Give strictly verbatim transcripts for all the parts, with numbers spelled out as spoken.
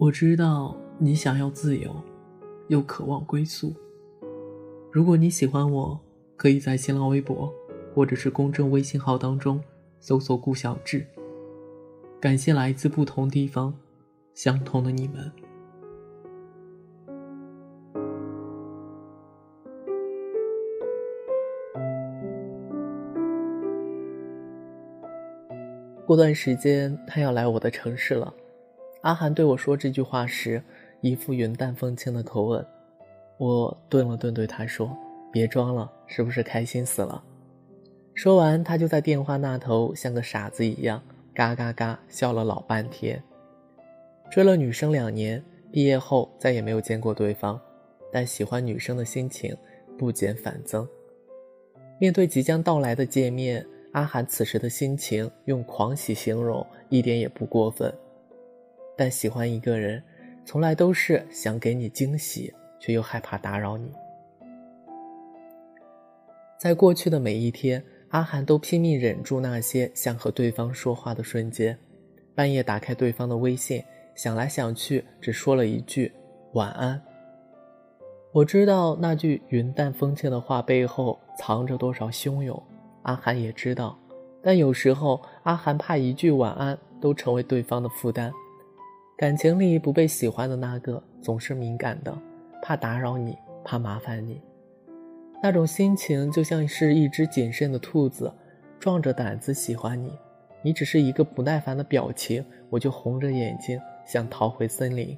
我知道你想要自由，又渴望归宿。如果你喜欢我，可以在新浪微博或者是公众微信号当中搜索顾小志。感谢来自不同地方相同的你们。过段时间他要来我的城市了。阿涵对我说这句话时，一副云淡风轻的口吻。我顿了顿对他说，别装了，是不是开心死了？说完他就在电话那头像个傻子一样嘎嘎嘎笑了老半天。追了女生两年，毕业后再也没有见过对方，但喜欢女生的心情不减反增。面对即将到来的见面，阿涵此时的心情用狂喜形容一点也不过分。但喜欢一个人从来都是想给你惊喜，却又害怕打扰你。在过去的每一天，阿涵都拼命忍住那些想和对方说话的瞬间，半夜打开对方的微信，想来想去只说了一句晚安。我知道那句云淡风轻的话背后藏着多少汹涌，阿涵也知道，但有时候阿涵怕一句晚安都成为对方的负担。感情里不被喜欢的那个总是敏感的，怕打扰你，怕麻烦你。那种心情就像是一只谨慎的兔子，壮着胆子喜欢你，你只是一个不耐烦的表情，我就红着眼睛想逃回森林。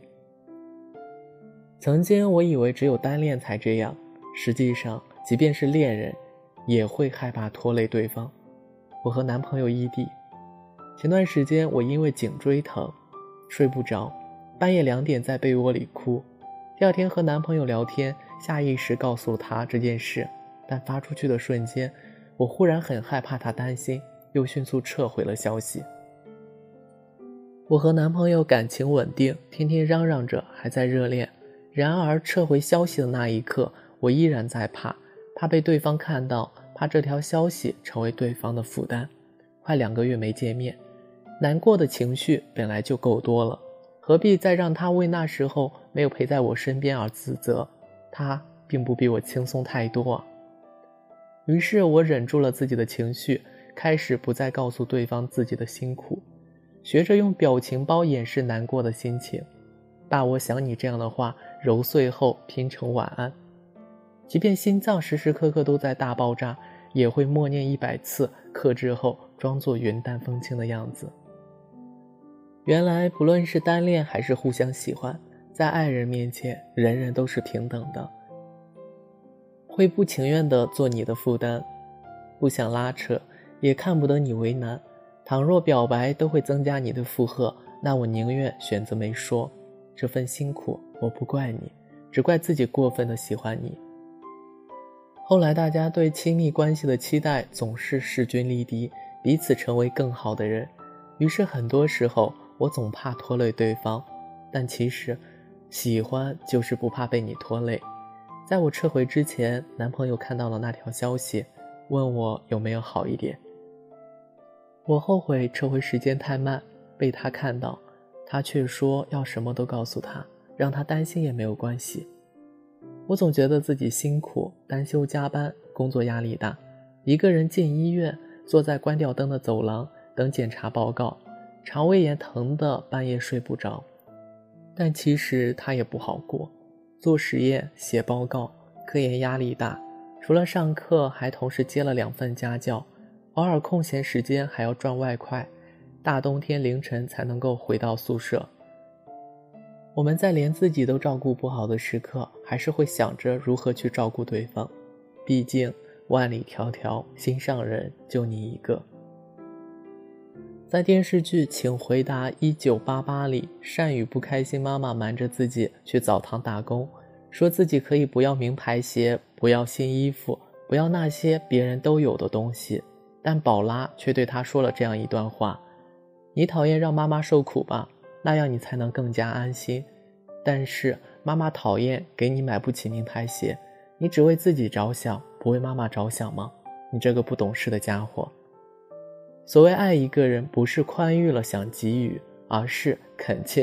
曾经我以为只有单恋才这样，实际上即便是恋人也会害怕拖累对方。我和男朋友异地，前段时间我因为颈椎疼睡不着，半夜两点在被窝里哭。第二天和男朋友聊天，下意识告诉他这件事，但发出去的瞬间，我忽然很害怕他担心，又迅速撤回了消息。我和男朋友感情稳定，天天嚷嚷着还在热恋，然而撤回消息的那一刻，我依然在怕，怕被对方看到，怕这条消息成为对方的负担。快两个月没见面，难过的情绪本来就够多了，何必再让他为那时候没有陪在我身边而自责？他并不比我轻松太多啊。于是我忍住了自己的情绪，开始不再告诉对方自己的辛苦，学着用表情包掩饰难过的心情，把我想你这样的话揉碎后拼成晚安。即便心脏时时刻刻都在大爆炸，也会默念一百次，克制后装作云淡风轻的样子。原来不论是单恋还是互相喜欢，在爱人面前人人都是平等的，会不情愿地做你的负担，不想拉扯，也看不得你为难。倘若表白都会增加你的负荷，那我宁愿选择没说。这份辛苦我不怪你，只怪自己过分地喜欢你。后来大家对亲密关系的期待总是势均力敌，彼此成为更好的人。于是很多时候我总怕拖累对方，但其实喜欢就是不怕被你拖累。在我撤回之前，男朋友看到了那条消息，问我有没有好一点。我后悔撤回时间太慢，被他看到，他却说要什么都告诉他，让他担心也没有关系。我总觉得自己辛苦，单休加班，工作压力大，一个人进医院，坐在关掉灯的走廊等检查报告，肠胃炎疼得半夜睡不着。但其实他也不好过，做实验、写报告，科研压力大，除了上课还同时接了两份家教，偶尔空闲时间还要赚外快，大冬天凌晨才能够回到宿舍。我们在连自己都照顾不好的时刻，还是会想着如何去照顾对方，毕竟万里迢迢，心上人就你一个。在电视剧《请回答一九八八》里，善宇不开心妈妈瞒着自己去澡堂打工，说自己可以不要名牌鞋，不要新衣服，不要那些别人都有的东西，但宝拉却对他说了这样一段话：你讨厌让妈妈受苦吧，那样你才能更加安心。但是妈妈讨厌给你买不起名牌鞋，你只为自己着想，不为妈妈着想吗？你这个不懂事的家伙。所谓爱一个人，不是宽裕了想给予，而是恳切的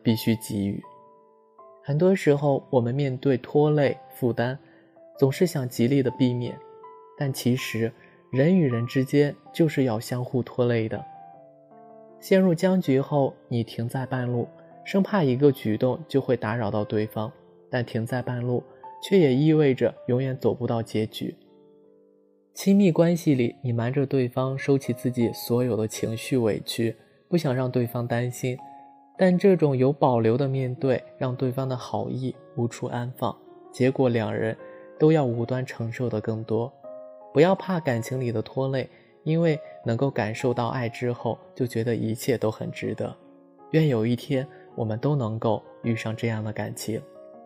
必须给予。很多时候我们面对拖累负担，总是想极力的避免，但其实人与人之间就是要相互拖累的。陷入僵局后，你停在半路，生怕一个举动就会打扰到对方，但停在半路却也意味着永远走不到结局。亲密关系里，你瞒着对方收起自己所有的情绪委屈，不想让对方担心，但这种有保留的面对，让对方的好意无处安放，结果两人都要无端承受的更多。不要怕感情里的拖累，因为能够感受到爱之后，就觉得一切都很值得。愿有一天我们都能够遇上这样的感情。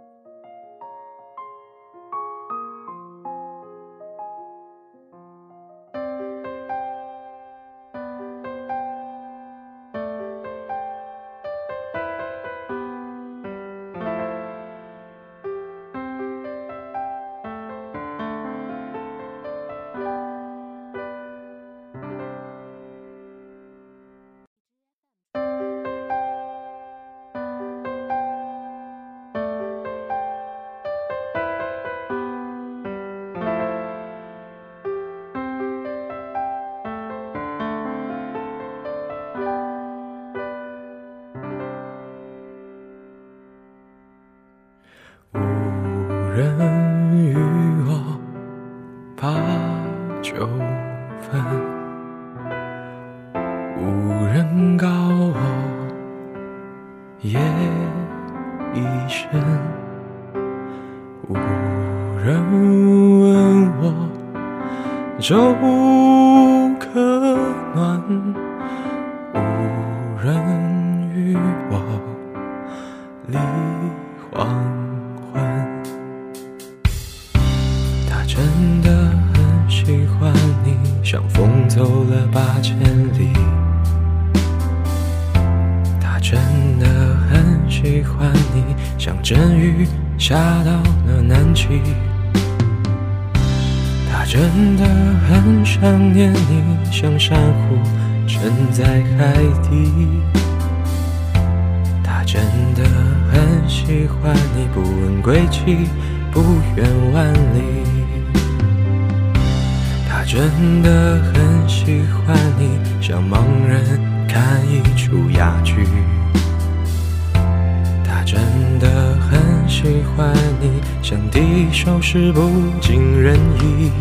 无人与我把酒分，无人告我夜已深，无人问我粥可暖，无人与我离黄昏。他真的很喜欢你，像风走了八千里。他真的很喜欢你，像阵雨下到了南极。他真的很想念你，像珊瑚沉在海底。他真的很喜欢你，不问归期，不远万里。他真的很喜欢你，像盲人看一出哑剧。他真的很喜欢你，像敌手时不尽人意。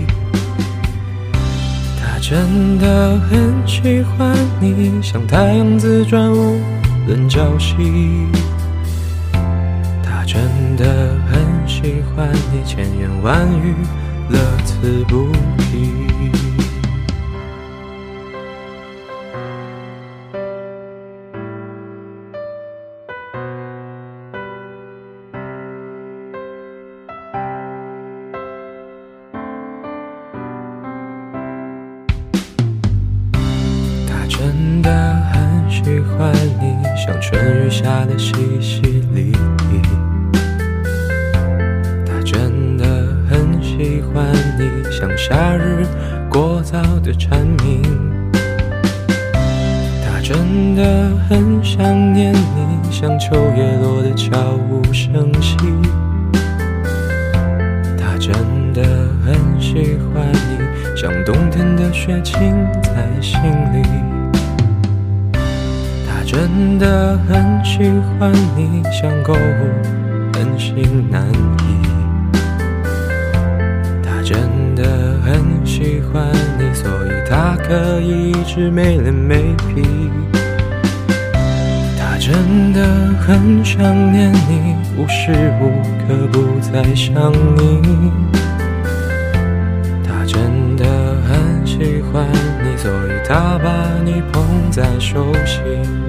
他真的很喜欢你，像太阳自转无人朝夕。他真的很喜欢你，千言万语乐此不疲。真的很喜欢你，像春雨下的淅淅沥沥。他真的很喜欢你，像夏日过早的蝉鸣。他真的很想念你，像秋叶落的悄无声息。他真的很喜欢你，像冬天的雪浸在心里。他真的很喜欢你，像购物很心难移。他真的很喜欢你，所以他可以一直没脸没皮。他真的很想念你，无时无刻不在想你。他真的很喜欢你，所以他把你捧在手心。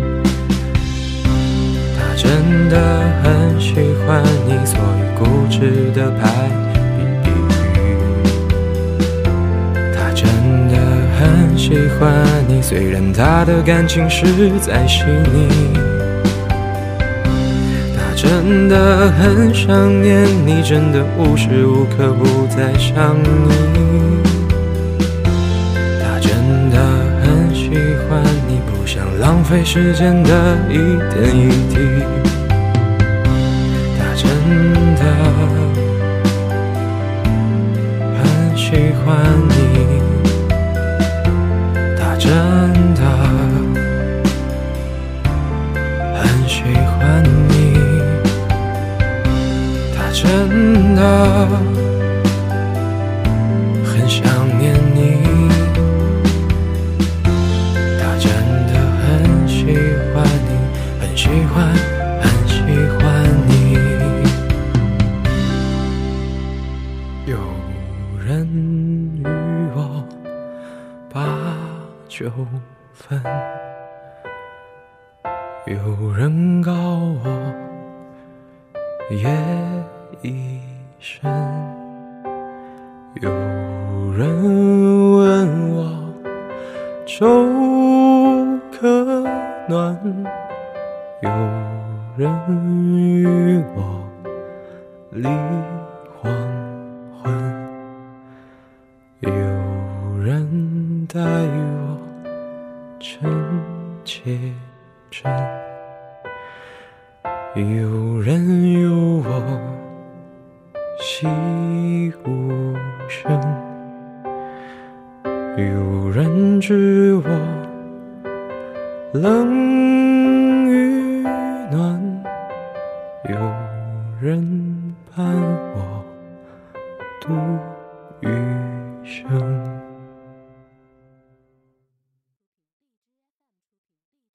他真的很喜欢你，所以固执的排比喻。他真的很喜欢你，虽然他的感情实在细腻。他真的很想念你，真的无时无刻不在想你。他真的很喜欢你，不想浪费时间的一点一滴。 的很喜欢你，他真的很喜欢你，他真的很想念你，他真的很喜欢你，很喜欢很喜欢你。有人与我把酒分，有人告我夜已深，有人问我粥可暖，有人与我立黄昏，有人待我真切真，有人有我喜无声，有人知我冷与暖，有人伴